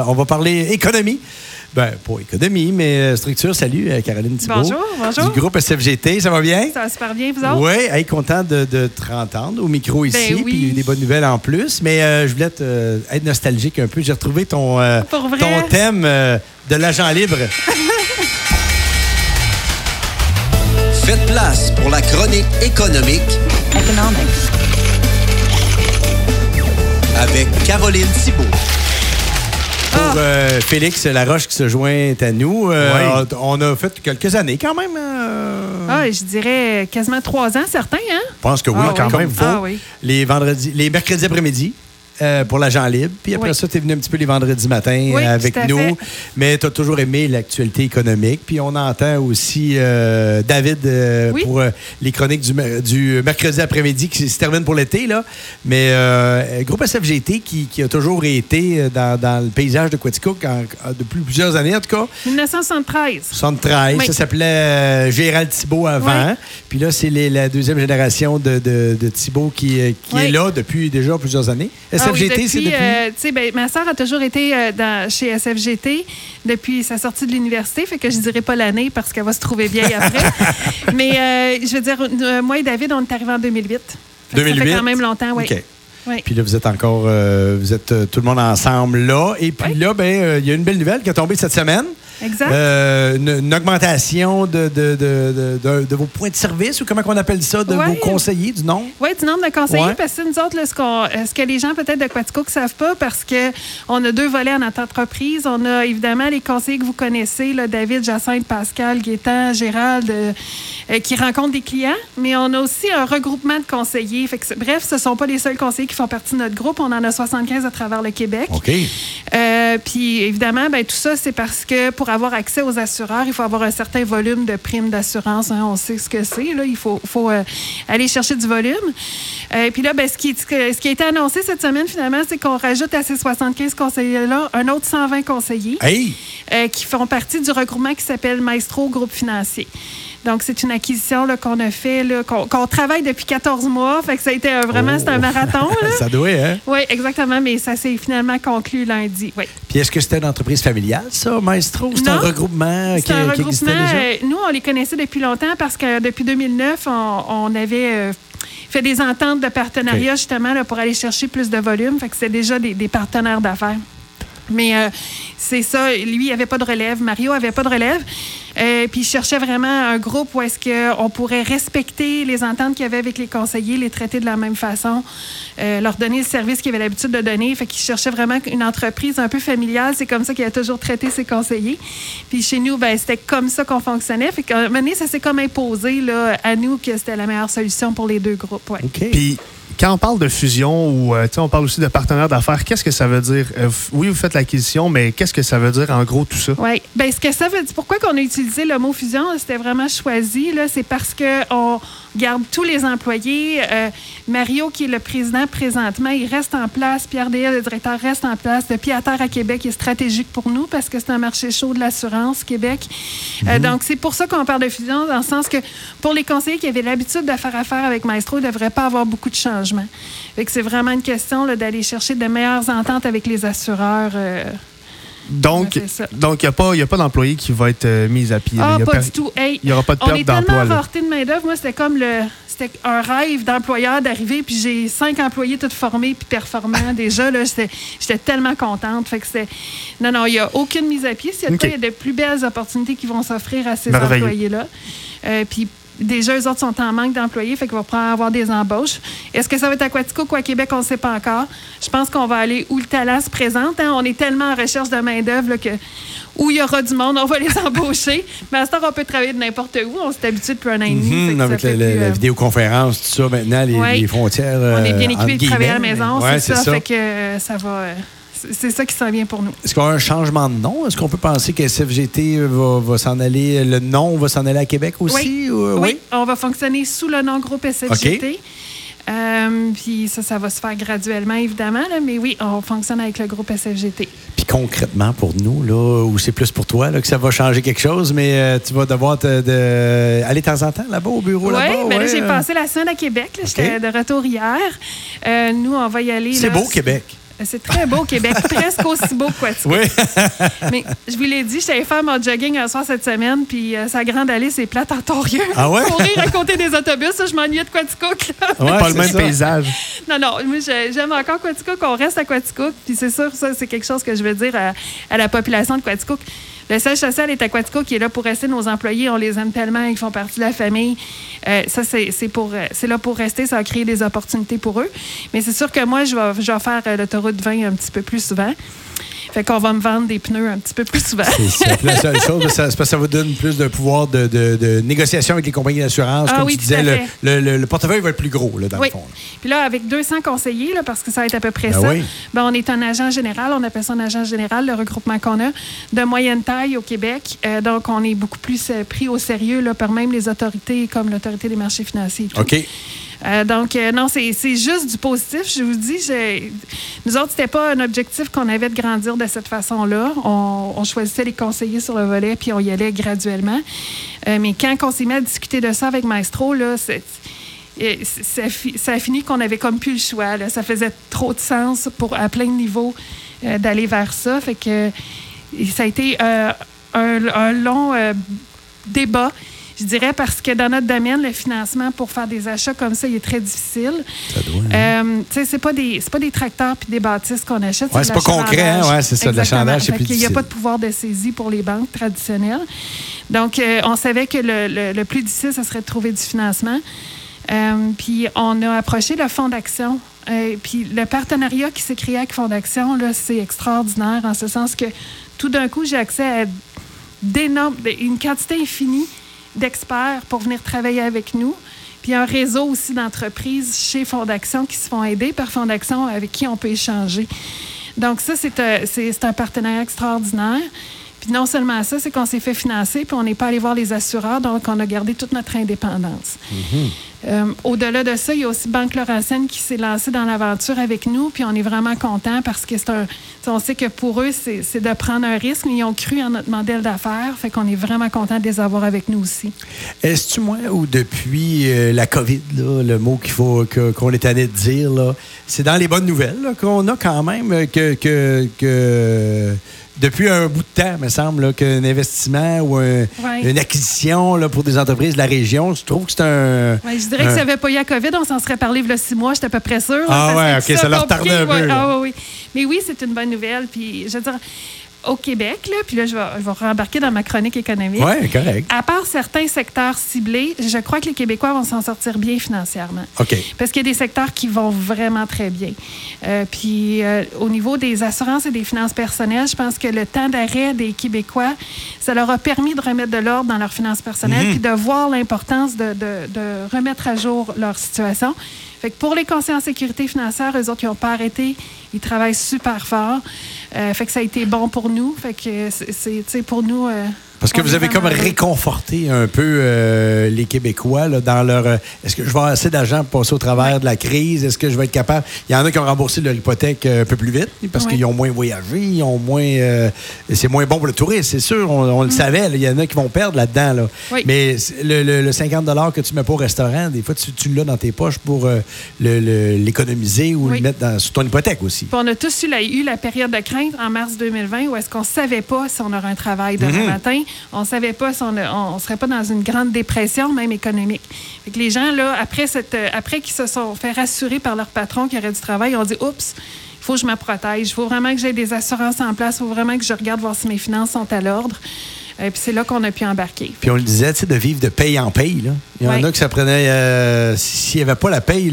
On va parler économie. Ben, pas économie, mais structure. Salut, Caroline Thibault. Bonjour. Du groupe SFGT, ça va bien? Ça va super bien, vous autres? Oui, content de te entendre au micro ici. Ben oui. Puis il y a eu des bonnes nouvelles en plus. Mais je voulais être nostalgique un peu. J'ai retrouvé ton thème de l'agent libre. Faites place pour la chronique économique avec Caroline Thibault. Pour Félix Laroche qui se joint à nous. On a fait quelques années quand même. Je dirais quasiment 3 ans, certains, hein? Je pense que oui, quand même. Oui. Les mercredis après-midi. Pour l'agent libre. Puis après ça, tu es venu un petit peu les vendredis matins avec nous. Fait. Mais tu as toujours aimé l'actualité économique. Puis on entend aussi David pour les chroniques du mercredi après-midi qui se terminent pour l'été. Là. Mais groupe SFGT qui a toujours été dans le paysage de Quaticook depuis plusieurs années, en tout cas. 1973. 73. Ça s'appelait Gérald Thibault avant. Puis là, c'est la deuxième génération de Thibault qui est là depuis déjà plusieurs années. SFGT, c'est depuis... ma sœur a toujours été chez SFGT depuis sa sortie de l'université, fait que je dirais pas l'année parce qu'elle va se trouver vieille après. Mais je veux dire, moi et David, on est arrivés en 2008. 2008? Ça fait quand même longtemps, oui. OK. Oui. Puis là, vous êtes encore... vous êtes tout le monde ensemble là. Et puis là, il y a une belle nouvelle qui est tombée cette semaine. Exact. Une augmentation de vos points de service, ou comment on appelle ça, de vos conseillers, du nombre? Oui, du nombre de conseillers, parce que nous autres, là, ce que les gens peut-être de Quaticook ne savent pas, parce qu'on a 2 volets à notre entreprise. On a évidemment les conseillers que vous connaissez, là, David, Jacinthe, Pascal, Gaétan, Gérald, qui rencontrent des clients, mais on a aussi un regroupement de conseillers. Fait que, bref, ce ne sont pas les seuls conseillers qui font partie de notre groupe. On en a 75 à travers le Québec. OK. Puis évidemment, tout ça, c'est parce que pour avoir accès aux assureurs, il faut avoir un certain volume de primes d'assurance. Hein, on sait ce que c'est. Là. Il faut aller chercher du volume. Puis là, ce qui a été annoncé cette semaine, finalement, c'est qu'on rajoute à ces 75 conseillers-là un autre 120 conseillers qui font partie du regroupement qui s'appelle Maestro Groupe Financier. Donc, c'est une acquisition là, qu'on a fait, là, qu'on travaille depuis 14 mois. Fait que ça a été c'est un marathon. Là. Ça doit, hein? Oui, exactement, mais ça s'est finalement conclu lundi. Oui. Puis est-ce que c'était une entreprise familiale, ça, Maestro? C'est un regroupement qui existait déjà? Nous, on les connaissait depuis longtemps parce que depuis 2009, on avait... fait des ententes de partenariat, justement, là, pour aller chercher plus de volume. Fait que c'est déjà des partenaires d'affaires. Mais c'est ça. Lui, il n'avait pas de relève. Mario n'avait pas de relève. Puis il cherchait vraiment un groupe où est-ce qu'on pourrait respecter les ententes qu'il y avait avec les conseillers, les traiter de la même façon, leur donner le service qu'il avait l'habitude de donner. Fait qu'il cherchait vraiment une entreprise un peu familiale. C'est comme ça qu'il a toujours traité ses conseillers. Puis chez nous, c'était comme ça qu'on fonctionnait. Fait qu'à un moment donné, ça s'est comme imposé là, à nous que c'était la meilleure solution pour les 2 groupes. Ouais. OK. Puis quand on parle de fusion ou on parle aussi de partenaire d'affaires, qu'est-ce que ça veut dire? Oui, vous faites l'acquisition, mais qu'est-ce que ça veut dire en gros tout ça? Oui. Bien, ce que ça veut dire, pourquoi qu'on a utilisé le mot fusion, c'était vraiment choisi, là, c'est parce qu'on garde tous les employés. Mario, qui est le président présentement, il reste en place. Pierre Déel, le directeur, reste en place. Le pied à terre à Québec est stratégique pour nous parce que c'est un marché chaud de l'assurance, Québec. Donc, c'est pour ça qu'on parle de fusion, dans le sens que pour les conseillers qui avaient l'habitude de faire affaire avec Maestro, il ne devrait pas avoir beaucoup de changements. Fait que c'est vraiment une question là, d'aller chercher de meilleures ententes avec les assureurs. Donc, il n'y a pas d'employé qui va être mis à pied. Pas du tout. Hey, il n'y aura pas de perte d'emploi. On est tellement en rareté de main-d'œuvre. Moi, c'était un rêve d'employeur d'arriver, puis j'ai 5 employés tous formés puis performants déjà. Là, j'étais tellement contente. Fait que non, il n'y a aucune mise à pied. S'il y a il y a de plus belles opportunités qui vont s'offrir à ces employés-là. Puis déjà, eux autres sont en manque d'employés, fait qu'il va probablement avoir des embauches. Est-ce que ça va être à Quaticook ou à Québec? On ne sait pas encore. Je pense qu'on va aller où le talent se présente. Hein? On est tellement en recherche de main-d'œuvre que où il y aura du monde, on va les embaucher. Mais à ce temps, on peut travailler de n'importe où. On s'est habitué depuis 1 an et demi. Avec la vidéoconférence, tout ça, maintenant, les frontières. On est bien équipés de travailler à la maison, c'est ça. Fait que ça va. C'est ça qui s'en vient pour nous. Est-ce qu'il y a un changement de nom? Est-ce qu'on peut penser que SFGT va s'en aller, le nom va s'en aller à Québec aussi? Oui, on va fonctionner sous le nom groupe SFGT. Puis ça va se faire graduellement, évidemment, là, mais oui, on fonctionne avec le groupe SFGT. Puis concrètement, pour nous, là, ou c'est plus pour toi là, que ça va changer quelque chose, mais tu vas devoir aller de temps en temps là-bas, au bureau là-bas? Oui, mais là, j'ai passé la semaine à Québec. J'étais de retour hier. Nous, on va y aller. C'est beau, Québec. C'est très beau au Québec, presque aussi beau que Quaticook. Oui. Mais je vous l'ai dit, j'allais faire mon jogging un soir cette semaine, puis sa grande allée, c'est plate en torieux. Ah ouais? Courir à côté des autobus, ça, je m'ennuyais de Quaticook. Ouais, pas le même paysage. Non, moi, j'aime encore Quaticook, on reste à Quaticook, puis c'est sûr, ça, c'est quelque chose que je veux dire à la population de Quaticook. Le siège social est à Quaticook, qui est là pour rester. Nos employés, on les aime tellement, ils font partie de la famille. Ça, c'est là pour rester, ça va créer des opportunités pour eux. Mais c'est sûr que moi, je vais faire l'autoroute 20 un petit peu plus souvent. Fait qu'on va me vendre des pneus un petit peu plus souvent. C'est la seule chose. C'est parce que ça vous donne plus de pouvoir de négociation avec les compagnies d'assurance. Comme tu disais, le portefeuille va être plus gros, là, dans le fond. Puis là, avec 200 conseillers, là, parce que ça va être à peu près ça, on est un agent général, on appelle ça un agent général, le regroupement qu'on a, de moyenne taille au Québec. Donc, on est beaucoup plus pris au sérieux là, par même les autorités, comme l'Autorité des marchés financiers et tout. OK. Donc, non, c'est juste du positif. Je vous dis, nous autres, c'était pas un objectif qu'on avait de grandir de cette façon-là. On choisissait les conseillers sur le volet, puis on y allait graduellement. Mais quand on s'est mis à discuter de ça avec Maestro, là, ça a fini qu'on avait comme plus le choix. Là. Ça faisait trop de sens à plein de niveaux d'aller vers ça. Fait que ça a été un long débat. Je dirais parce que dans notre domaine, le financement pour faire des achats comme ça, il est très difficile. Ça doit, c'est pas des tracteurs puis des bâtisses qu'on achète. Ouais, c'est pas concret, hein? Ouais, c'est ça. De l'achandage, c'est plus difficile. Il n'y a pas de pouvoir de saisie pour les banques traditionnelles. Donc, on savait que le plus difficile, ce serait de trouver du financement. Puis, on a approché le Fonds d'action. Puis, le partenariat qui s'est créé avec Fonds d'action, là, c'est extraordinaire en ce sens que tout d'un coup, j'ai accès à une quantité infinie d'experts pour venir travailler avec nous. Puis un réseau aussi d'entreprises chez Fonds d'action qui se font aider par Fonds d'action avec qui on peut échanger. Donc ça, c'est un partenariat extraordinaire. Puis non seulement ça, c'est qu'on s'est fait financer, puis on n'est pas allé voir les assureurs, donc on a gardé toute notre indépendance. Au-delà de ça, il y a aussi Banque Laurentienne qui s'est lancée dans l'aventure avec nous, puis on est vraiment contents parce que on sait que pour eux, c'est de prendre un risque, mais ils ont cru en notre modèle d'affaires, fait qu'on est vraiment contents de les avoir avec nous aussi. Est-ce moi ou depuis la COVID, là, le mot qu'on est tanné de dire, là, c'est dans les bonnes nouvelles là, qu'on a quand même que depuis un bout de temps, me semble, là, qu'un investissement ou une acquisition là, pour des entreprises de la région, je trouve que c'est un... Oui, je dirais que si ça n'avait pas eu la COVID, on s'en serait parlé il y a 6 mois, j'étais à peu près sûre. Ah oui, OK, ça leur tardait un peu. Oui. Mais oui, c'est une bonne nouvelle. Puis, je veux dire, au Québec, là, puis là, je vais rembarquer dans ma chronique économique. Oui, correct. À part certains secteurs ciblés, je crois que les Québécois vont s'en sortir bien financièrement. OK. Parce qu'il y a des secteurs qui vont vraiment très bien. Puis, au niveau des assurances et des finances personnelles, je pense que le temps d'arrêt des Québécois, ça leur a permis de remettre de l'ordre dans leurs finances personnelles puis de voir l'importance de remettre à jour leur situation. Fait que pour les conseillers en sécurité financière, eux autres, ils n'ont pas arrêté. Ils travaillent super fort. Fait que ça a été bon pour nous. Fait que c'est pour nous... Parce que vous avez comme réconforté un peu les Québécois là, dans leur... est-ce que je vais avoir assez d'argent pour passer au travers de la crise? Est-ce que je vais être capable... Il y en a qui ont remboursé leur hypothèque un peu plus vite parce qu'ils ont moins voyagé, ils ont moins... c'est moins bon pour le tourisme, c'est sûr. On le savait. Il y en a qui vont perdre là-dedans. Là. Oui. Mais le 50 $ que tu mets pas au restaurant, des fois, tu l'as dans tes poches pour l'économiser ou le mettre sur ton hypothèque aussi. Puis on a tous eu la période de crainte en mars 2020 où est-ce qu'on ne savait pas si on aurait un travail demain matin. On ne savait pas si on ne serait pas dans une grande dépression, même économique. Fait que les gens, là, après qu'ils se sont fait rassurer par leur patron qu'il y aurait du travail, ils ont dit « Oups, il faut que je me protège. Il faut vraiment que j'aie des assurances en place. Il faut vraiment que je regarde voir si mes finances sont à l'ordre. » Puis c'est là qu'on a pu embarquer. Puis on le disait, tu sais, de vivre de paye en paye. Là. Il y en a que ça prenait... s'il n'y avait pas la paye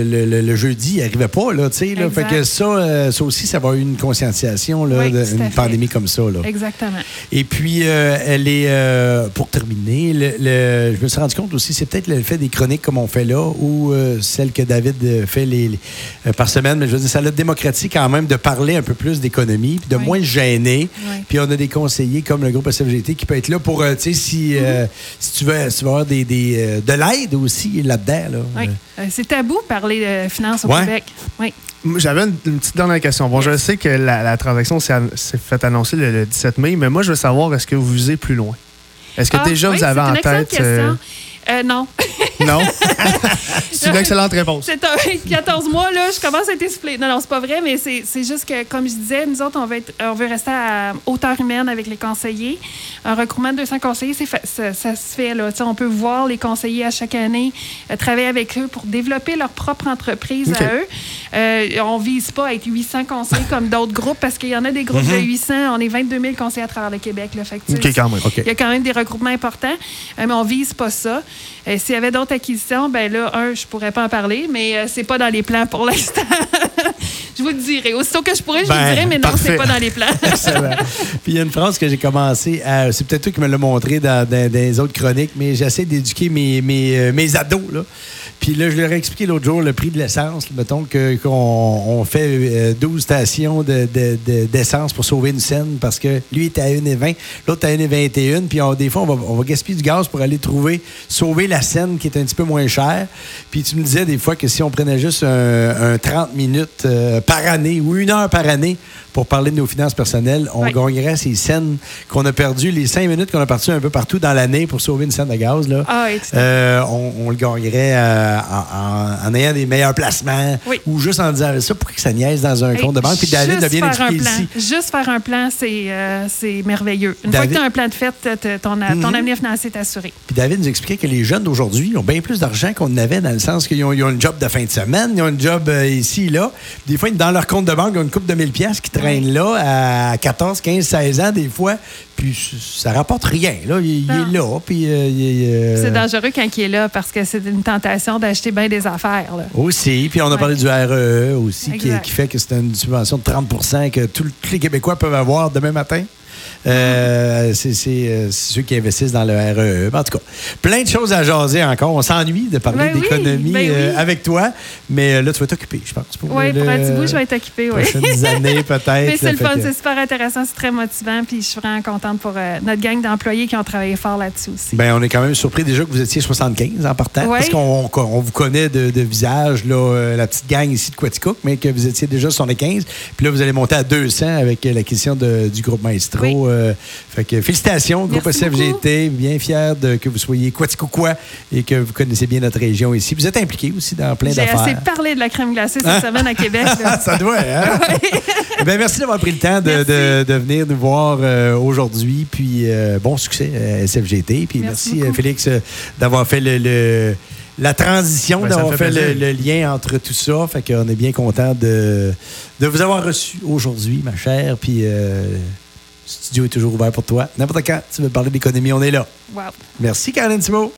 le jeudi, il n'y arrivait pas. Là, tu sais, là. Fait que ça aussi, ça va avoir une conscientisation là, d'une pandémie comme ça. Là. Exactement. Et puis, elle est... pour terminer, je me suis rendu compte aussi, c'est peut-être le fait des chroniques comme on fait là ou celle que David fait par semaine, mais je veux dire, ça l'a démocratisé quand même de parler un peu plus d'économie puis de moins gêner. Puis on a des conseillers comme le groupe SFGT qui peut être là pour, tu sais, si tu veux avoir de l'aide aussi là-dedans. Là. Oui. C'est tabou parler de finances au Québec. Oui. J'avais une petite dernière question. Bon, je sais que la transaction s'est fait annoncer le 17 mai, mais moi, je veux savoir, est-ce que vous visez plus loin? Est-ce que déjà vous avez en tête... Non. Non. C'est une excellente réponse. C'est 14 mois, là, je commence à être essoufflée. Non, c'est pas vrai, mais c'est juste que, comme je disais, nous autres, on veut rester à hauteur humaine avec les conseillers. Un recrutement de 200 conseillers, ça se fait, là. On peut voir les conseillers à chaque année, travailler avec eux pour développer leur propre entreprise à eux. On vise pas à être 800 conseillers comme d'autres groupes, parce qu'il y en a des groupes de 800. On est 22 000 conseillers à travers le Québec, là. Fait que, quand même. il y a quand même des regroupements importants, mais on vise pas ça. S'il y avait d'autres acquisitions, ben là, je pourrais pas en parler, mais c'est pas dans les plans pour l'instant. Je vous le dirai. Aussitôt que je pourrais, je vous le dirai, mais non, c'est pas dans les plans. Excellent. Puis il y a une phrase que j'ai commencé à... C'est peut-être toi qui me l'as montré dans les autres chroniques, mais j'essaie d'éduquer mes ados, là. Puis là, je leur ai expliqué l'autre jour le prix de l'essence. Mettons qu'on fait 12 stations d'essence pour sauver une scène parce que lui est à 1,20, l'autre à 1,21. Puis des fois, on va gaspiller du gaz pour aller sauver la scène qui est un petit peu moins chère. Puis tu me disais des fois que si on prenait juste un 30 minutes par année ou 1 heure par année pour parler de nos finances personnelles, on gagnerait ces scènes qu'on a perdues, les 5 minutes qu'on a perdues un peu partout dans l'année pour sauver une scène de gaz. Là. On le gagnerait en ayant des meilleurs placements ou juste en disant ça pour que ça niaise dans un compte de banque. Puis David a bien expliqué ici. Juste faire un plan, c'est merveilleux. Une fois que tu as un plan de fête, ton avenir financier est assuré. Puis David nous expliquait que les jeunes d'aujourd'hui ont bien plus d'argent qu'on en avait, dans le sens qu'ils ont une job de fin de semaine, ils ont une job ici, là. Des fois, dans leur compte de banque, ils ont une couple de 1000 piastres qui traînent là à 14, 15, 16 ans, des fois. Puis ça rapporte rien. Là. Il est là. Puis, c'est dangereux quand il est là parce que c'est une tentation d'acheter bien des affaires. Là. Aussi. Puis on a parlé du REE aussi, qui fait que c'est une subvention de 30 % que tous les Québécois peuvent avoir demain matin. C'est ceux qui investissent dans le REE. En tout cas, plein de choses à jaser encore. On s'ennuie de parler d'économie avec toi, mais là, tu vas t'occuper, je pense. Oui, pour un petit bout, je vais être occupée. Les prochaines années, peut-être. Mais c'est le fun, c'est super intéressant, c'est très motivant, puis je suis vraiment contente pour notre gang d'employés qui ont travaillé fort là-dessus aussi. Bien, on est quand même surpris déjà que vous étiez 75 en partant, parce qu'on vous connaît de visage, là, la petite gang ici de Quaticook, mais que vous étiez déjà 75, puis là, vous allez monter à 200 avec l'acquisition du groupe Maestro. Fait que félicitations, groupe SFGT, bien fiers que vous soyez Quaticoukois et que vous connaissez bien notre région ici. Vous êtes impliqués aussi dans plein d'affaires. J'ai assez parlé de la crème glacée cette semaine à Québec. Ça doit, hein? Bien, merci d'avoir pris le temps de venir nous voir aujourd'hui. Puis bon succès à SFGT. Puis merci Félix d'avoir fait la transition, d'avoir fait le lien entre tout ça. Fait qu'on est bien content de vous avoir reçu aujourd'hui, ma chère. Puis le studio est toujours ouvert pour toi. N'importe quand tu veux parler d'économie, on est là. Wow. Merci, Caroline Thibault.